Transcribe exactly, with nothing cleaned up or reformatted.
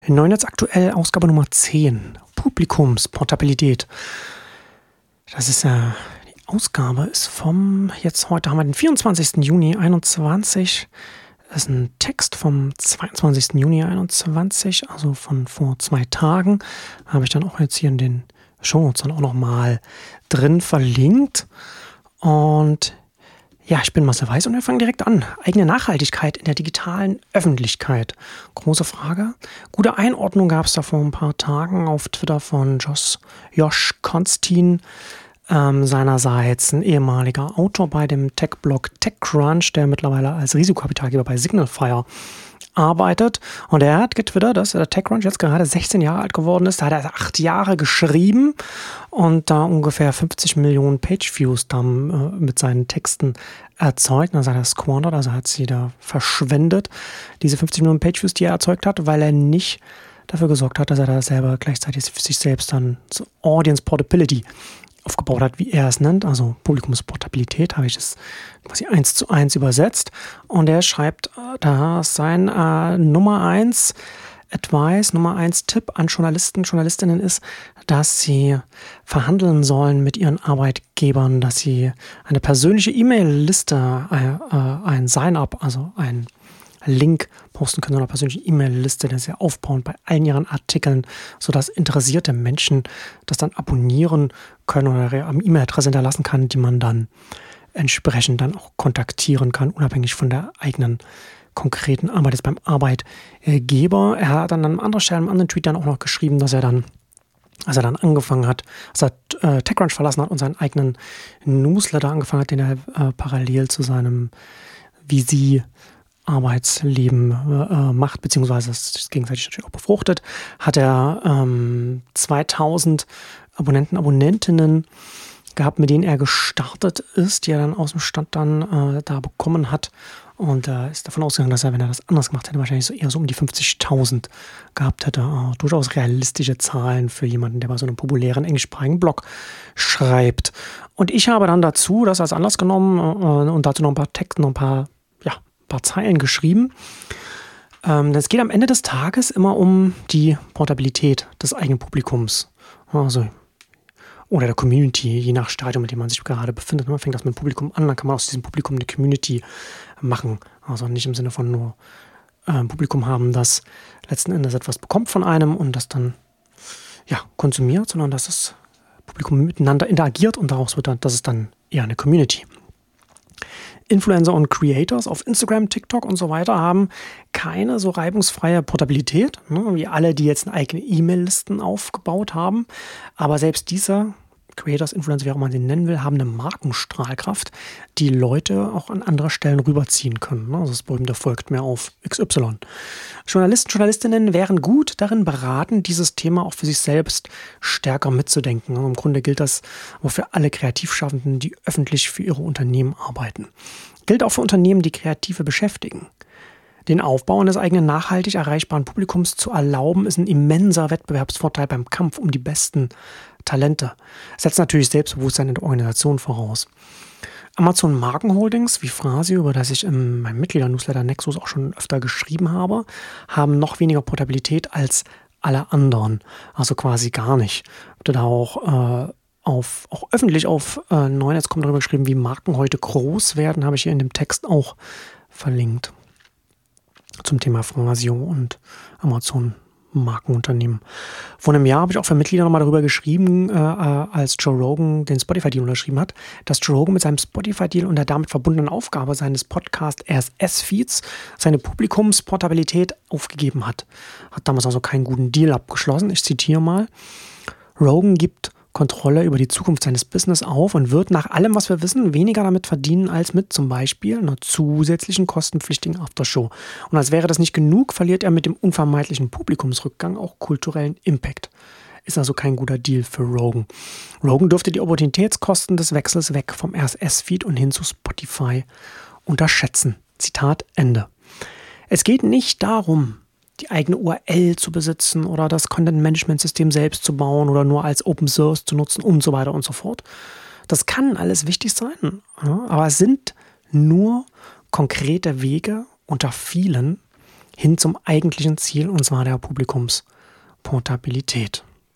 Neunetz aktuell, Ausgabe Nummer zehn. Publikumsportabilität. Das ist ja, die Ausgabe ist vom, jetzt heute haben wir den vierundzwanzigsten Juni einundzwanzig. Das ist ein Text vom zweiundzwanzigsten Juni einundzwanzig, also von vor zwei Tagen. Habe ich dann auch jetzt hier in den Shownotes dann auch nochmal drin verlinkt. Und ja, ich bin Marcel Weiß und wir fangen direkt an. Eigene Nachhaltigkeit in der digitalen Öffentlichkeit. Große Frage. Gute Einordnung gab es da vor ein paar Tagen auf Twitter von Josh, Josh Konstin, ähm, seinerseits ein ehemaliger Autor bei dem Tech-Blog TechCrunch, der mittlerweile als Risikokapitalgeber bei Signalfire arbeitet. Und er hat getwittert, dass der TechCrunch jetzt gerade sechzehn Jahre alt geworden ist. Da hat er acht Jahre geschrieben und da ungefähr fünfzig Millionen Page-Views dann äh, mit seinen Texten erzeugt. Also hat er squandert, also hat sie da verschwendet. Diese fünfzig Millionen Page-Views, die er erzeugt hat, weil er nicht dafür gesorgt hat, dass er da selber gleichzeitig sich selbst dann zur Audience Portability aufgebaut hat, wie er es nennt, also Publikumsportabilität, habe ich es quasi eins zu eins übersetzt. Und er schreibt, dass sein äh, Nummer eins Advice, Nummer eins Tipp an Journalisten, Journalistinnen ist, dass sie verhandeln sollen mit ihren Arbeitgebern, dass sie eine persönliche E-Mail-Liste, äh, äh, ein Sign-up, also ein Link posten können, oder persönliche E-Mail-Liste, die sie aufbauen bei allen ihren Artikeln, sodass interessierte Menschen das dann abonnieren können oder am E-Mail-Adresse hinterlassen kann, die man dann entsprechend dann auch kontaktieren kann, unabhängig von der eigenen konkreten Arbeit jetzt beim Arbeitgeber. Er hat dann an anderer Stelle, im anderen Tweet dann auch noch geschrieben, dass er dann, als er dann angefangen hat, als er äh, TechCrunch verlassen hat und seinen eigenen Newsletter angefangen hat, den er äh, parallel zu seinem wie sie Arbeitsleben äh, macht, beziehungsweise es gegenseitig natürlich auch befruchtet, hat er ähm, zweitausend Abonnenten, Abonnentinnen gehabt, mit denen er gestartet ist, die er dann aus dem Stand dann äh, da bekommen hat. Und er äh, ist davon ausgegangen, dass er, wenn er das anders gemacht hätte, wahrscheinlich so eher so um die fünfzigtausend gehabt hätte. Äh, durchaus realistische Zahlen für jemanden, der bei so einem populären englischsprachigen Blog schreibt. Und ich habe dann dazu das als Anlass genommen äh, und dazu noch ein paar Texte, noch ein paar paar Zeilen geschrieben. Ähm, es geht am Ende des Tages immer um die Portabilität des eigenen Publikums. Also, oder der Community, je nach Stadium, mit dem man sich gerade befindet. Man fängt das mit dem Publikum an, dann kann man aus diesem Publikum eine Community machen. Also nicht im Sinne von nur äh, ein Publikum haben, das letzten Endes etwas bekommt von einem und das dann ja, konsumiert, sondern dass das Publikum miteinander interagiert und daraus wird dann, das ist dann eher eine Community. Influencer und Creators auf Instagram, TikTok und so weiter haben keine so reibungsfreie Portabilität, ne, wie alle, die jetzt eigene E-Mail-Listen aufgebaut haben. Aber selbst diese Creators, Influencer, wie auch man sie nennen will, haben eine Markenstrahlkraft, die Leute auch an andere Stellen rüberziehen können. Ne? Also das berühmte folgt mir auf X Y. Journalisten, Journalistinnen wären gut darin beraten, dieses Thema auch für sich selbst stärker mitzudenken. Und im Grunde gilt das auch für alle Kreativschaffenden, die öffentlich für ihre Unternehmen arbeiten. Gilt auch für Unternehmen, die Kreative beschäftigen. Den Aufbau eines eigenen nachhaltig erreichbaren Publikums zu erlauben, ist ein immenser Wettbewerbsvorteil beim Kampf um die besten Talente. Setzt natürlich Selbstbewusstsein in der Organisation voraus. Amazon Markenholdings wie Phrasio, über das ich in meinem Mitglieder-Newsletter Nexus auch schon öfter geschrieben habe, haben noch weniger Portabilität als alle anderen. Also quasi gar nicht. Ich habe da auch, äh, auf, auch öffentlich auf äh, Neunetz kommt darüber geschrieben, wie Marken heute groß werden, habe ich hier in dem Text auch verlinkt. Zum Thema Phrasio und Amazon Markenunternehmen. Vor einem Jahr habe ich auch für Mitglieder nochmal darüber geschrieben, äh, als Joe Rogan den Spotify-Deal unterschrieben hat, dass Joe Rogan mit seinem Spotify-Deal und der damit verbundenen Aufgabe seines Podcast-R S S-Feeds seine Publikumsportabilität aufgegeben hat. Hat damals also keinen guten Deal abgeschlossen. Ich zitiere mal. Rogan gibt Kontrolle über die Zukunft seines Business auf und wird nach allem, was wir wissen, weniger damit verdienen als mit zum Beispiel einer zusätzlichen kostenpflichtigen Aftershow. Und als wäre das nicht genug, verliert er mit dem unvermeidlichen Publikumsrückgang auch kulturellen Impact. Ist also kein guter Deal für Rogan. Rogan dürfte die Opportunitätskosten des Wechsels weg vom R S S-Feed und hin zu Spotify unterschätzen. Zitat Ende. Es geht nicht darum, die eigene U R L zu besitzen oder das Content-Management-System selbst zu bauen oder nur als Open Source zu nutzen und so weiter und so fort. Das kann alles wichtig sein, aber es sind nur konkrete Wege unter vielen, hin zum eigentlichen Ziel, und zwar der Publikumsportabilität.